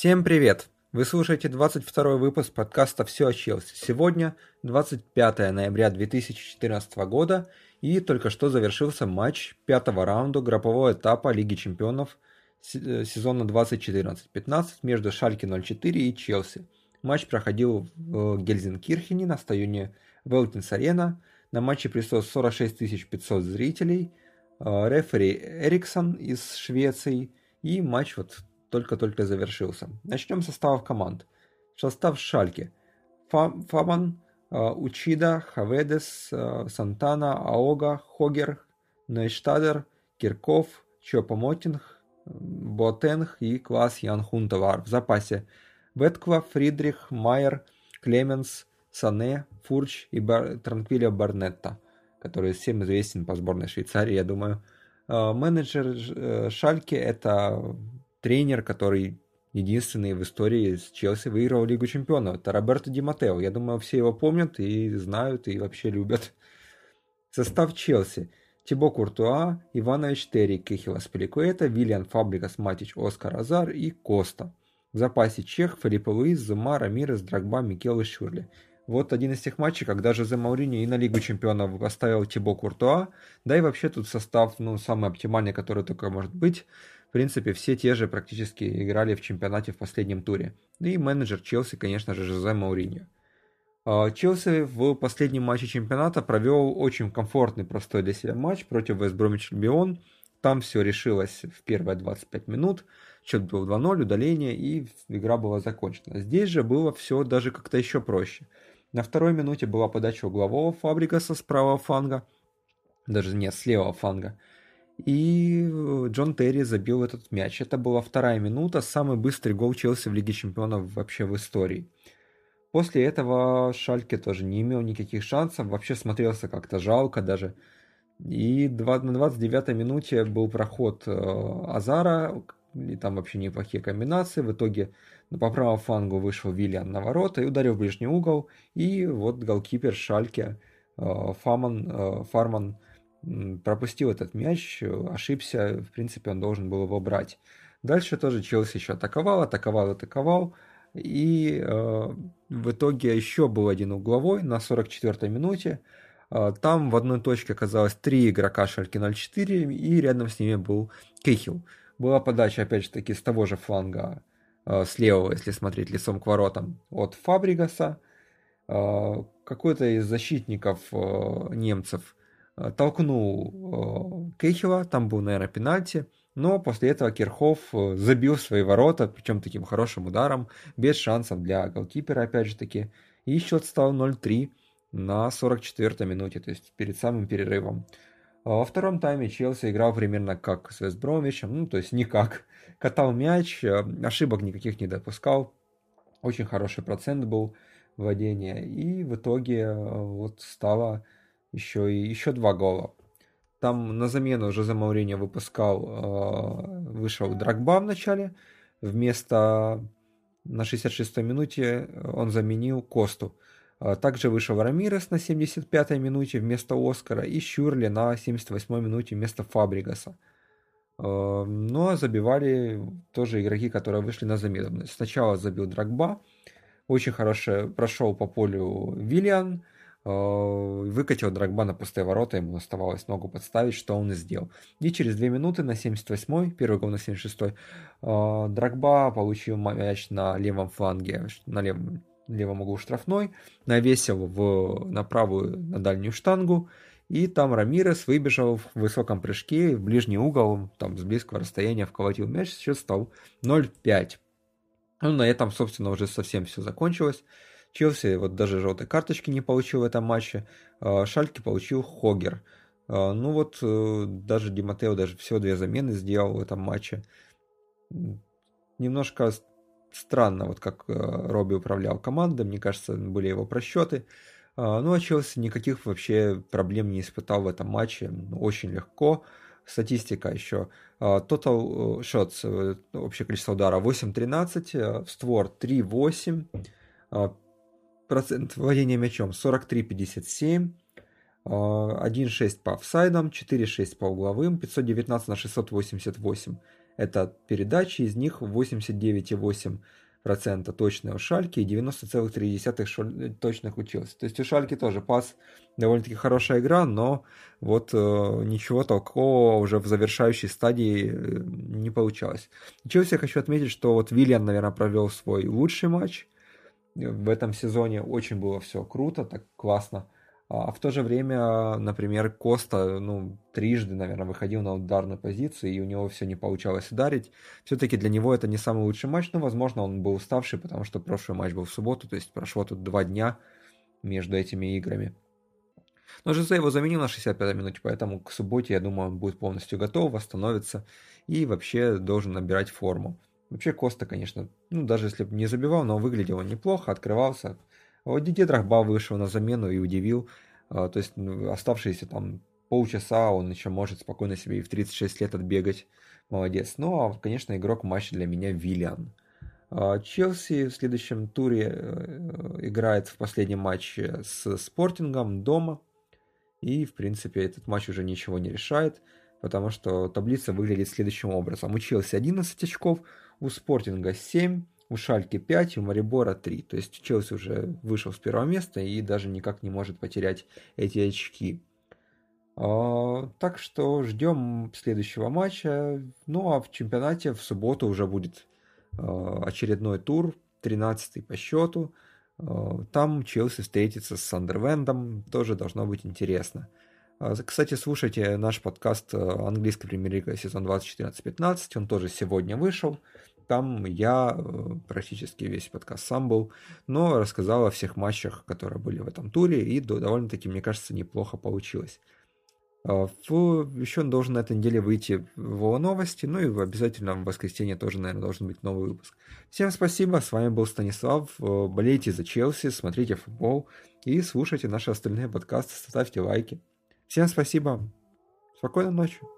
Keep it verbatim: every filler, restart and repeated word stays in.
Всем привет! Вы слушаете двадцать второй выпуск подкаста «Все о Челси». Сегодня двадцать пятое ноября две тысячи четырнадцатого года, и только что завершился матч пятого раунда группового этапа Лиги чемпионов сезона двадцать четырнадцать пятнадцать между Шальке ноль четыре и Челси. Матч проходил в Гельзенкирхене на стадионе Велтинс-Арена. На матче присутствовало сорок шесть тысяч пятьсот зрителей. Рефери Эриксон из Швеции. И матч вот только-только завершился. Начнем с составов команд. Состав Шальке. Фабан, Учида, Хаведес, Сантана, Аога, Хогер, Нейштадер, Кирков, Чопомотинг, Ботенг и Класс Ян Хунтовар. В запасе Ветква, Фридрих, Майер, Клеменс, Сане, Фурч и Бар... Транквилио Барнетта, который всем известен по сборной Швейцарии, я думаю. Менеджер Шальке — это тренер, который единственный в истории с Челси выиграл Лигу чемпионов. Это Роберто Ди Маттео. Я думаю, все его помнят и знают, и вообще любят. Состав Челси. Тибо Куртуа, Иванович Терри, Кехила Спиликуэта, Виллиан Фабригас, Матич, Оскар Азар и Коста. В запасе Чех, Филиппо Луис, Зума, Рамирес, Дрогба, Микел и Шурли. Вот один из тех матчей, когда Жозе Мауриньо и на Лигу чемпионов поставил Тибо Куртуа, да и вообще тут состав, ну, самый оптимальный, который только может быть. В принципе, все те же практически играли в чемпионате в последнем туре. И менеджер Челси, конечно же, Жозе Мауриньо. Челси в последнем матче чемпионата провел очень комфортный, простой для себя матч против Вест Бромвич Альбион. Там все решилось в первые двадцать пять минут. Счет был два ноль, удаление, и игра была закончена. Здесь же было все даже как-то еще проще. На второй минуте была подача углового Фабригаса с правого фланга. Даже нет, с левого фланга. И Джон Терри забил этот мяч. Это была вторая минута, самый быстрый гол Челси в Лиге чемпионов вообще в истории. После этого Шальке тоже не имел никаких шансов, вообще смотрелся как-то жалко даже. И на двадцать девятой минуте был проход Азара, и там вообще неплохие комбинации. В итоге по правому флангу вышел Виллиан на ворота и ударил в ближний угол. И вот голкипер Шальке Фаман, Фарман пропустил этот мяч, ошибся, в принципе он должен был его брать. Дальше тоже Челси еще атаковал, атаковал, атаковал. И э, в итоге еще был один угловой на сорок четвёртой минуте. Э, там в одной точке оказалось три игрока Шальке ноль четыре, и рядом с ними был Кехил. Была подача, опять же таки, с того же фланга, э, с левого, если смотреть лицом к воротам, от Фабригаса. Э, какой-то из защитников э, немцев э, толкнул э, Кехила, там был, наверное, пенальти. Но после этого Кирхов забил свои ворота, причем таким хорошим ударом, без шансов для голкипера, опять же таки. И счет стал ноль три на сорок четвёртой минуте, то есть перед самым перерывом. Во втором тайме Челси играл примерно как с Вест Бромвичем, ну то есть никак. Катал мяч, ошибок никаких не допускал. Очень хороший процент был владения. И в итоге вот стало еще, и, еще два гола. Там на замену Жозе Мауриньо выпускал, вышел Дрогба в начале. Вместо на шестьдесят шестой минуте он заменил Косту. Также вышел Рамирес на семьдесят пятой минуте вместо Оскара и Шурли на семьдесят восьмой минуте вместо Фабригаса. Но забивали тоже игроки, которые вышли на замену. Сначала забил Дрогба. Очень хорошо прошел по полю Виллиан. Выкатил Дрогба на пустые ворота, ему оставалось ногу подставить, что он и сделал. И через две минуты на семьдесят восьмой, первый гол на семьдесят шестой, Дрогба получил мяч на левом фланге, на левом, левом углу штрафной, навесил в, на правую, на дальнюю штангу, и там Рамирес выбежал в высоком прыжке в ближний угол, там с близкого расстояния вколотил мяч, счет стал ноль пять. Ну, на этом, собственно, уже совсем все закончилось. Челси вот даже желтой карточки не получил в этом матче. Шальке получил Хогер. Ну вот даже Ди Маттео даже всего две замены сделал в этом матче. Немножко странно, вот как Робби управлял командой. Мне кажется, были его просчеты. Ну а Челси никаких вообще проблем не испытал в этом матче. Очень легко. Статистика еще. Total shots, общее количество удара восемь тринадцать, в створ три восемь. Процент владения мячом сорок три пятьдесят семь, один шесть по офсайдам, четыре шесть по угловым, пятьсот девятнадцать на шестьсот восемьдесят восемь. Это передачи, из них восемьдесят девять целых восемь десятых процента точные у Шальки и девяносто целых три десятых точных у Челси. То есть у Шальки тоже пас довольно-таки хорошая игра, но вот э, ничего такого уже в завершающей стадии э, не получалось. У Челси я хочу отметить, что вот Виллиан, наверное, провел свой лучший матч. В этом сезоне очень было все круто, так классно. А в то же время, например, Коста, ну, трижды, наверное, выходил на ударную позицию, и у него все не получалось ударить. Все-таки для него это не самый лучший матч, но, возможно, он был уставший, потому что прошлый матч был в субботу, то есть прошло тут два дня между этими играми. Но Жозе его заменил на шестьдесят пятой минуте, поэтому к субботе, я думаю, он будет полностью готов, восстановится и вообще должен набирать форму. Вообще Коста, конечно, ну, даже если бы не забивал, но выглядел он неплохо, открывался. Вот Дидье Дрогба вышел на замену и удивил. То есть оставшиеся там полчаса он еще может спокойно себе и в тридцать шесть лет отбегать. Молодец. Ну, а, конечно, игрок матча для меня Виллиан. Челси в следующем туре играет в последнем матче с Спортингом дома. И, в принципе, этот матч уже ничего не решает, потому что таблица выглядит следующим образом. У Челси одиннадцать очков, у Спортинга семь, у Шальки пять, у Марибора три. То есть Челси уже вышел с первого места и даже никак не может потерять эти очки. А, так что ждем следующего матча. Ну а в чемпионате в субботу уже будет а, очередной тур, тринадцатый по счету. А, там Челси встретится с Сандервендом, тоже должно быть интересно. Кстати, слушайте наш подкаст английской премьер-лиги сезон двадцать четырнадцать пятнадцать, он тоже сегодня вышел. Там я практически весь подкаст сам был, но рассказал о всех матчах, которые были в этом туре, и довольно-таки, мне кажется, неплохо получилось. Еще должен на этой неделе выйти в новости, ну и обязательно в воскресенье тоже, наверное, должен быть новый выпуск. Всем спасибо, с вами был Станислав, болейте за Челси, смотрите футбол и слушайте наши остальные подкасты, ставьте лайки. Всем спасибо, спокойной ночи.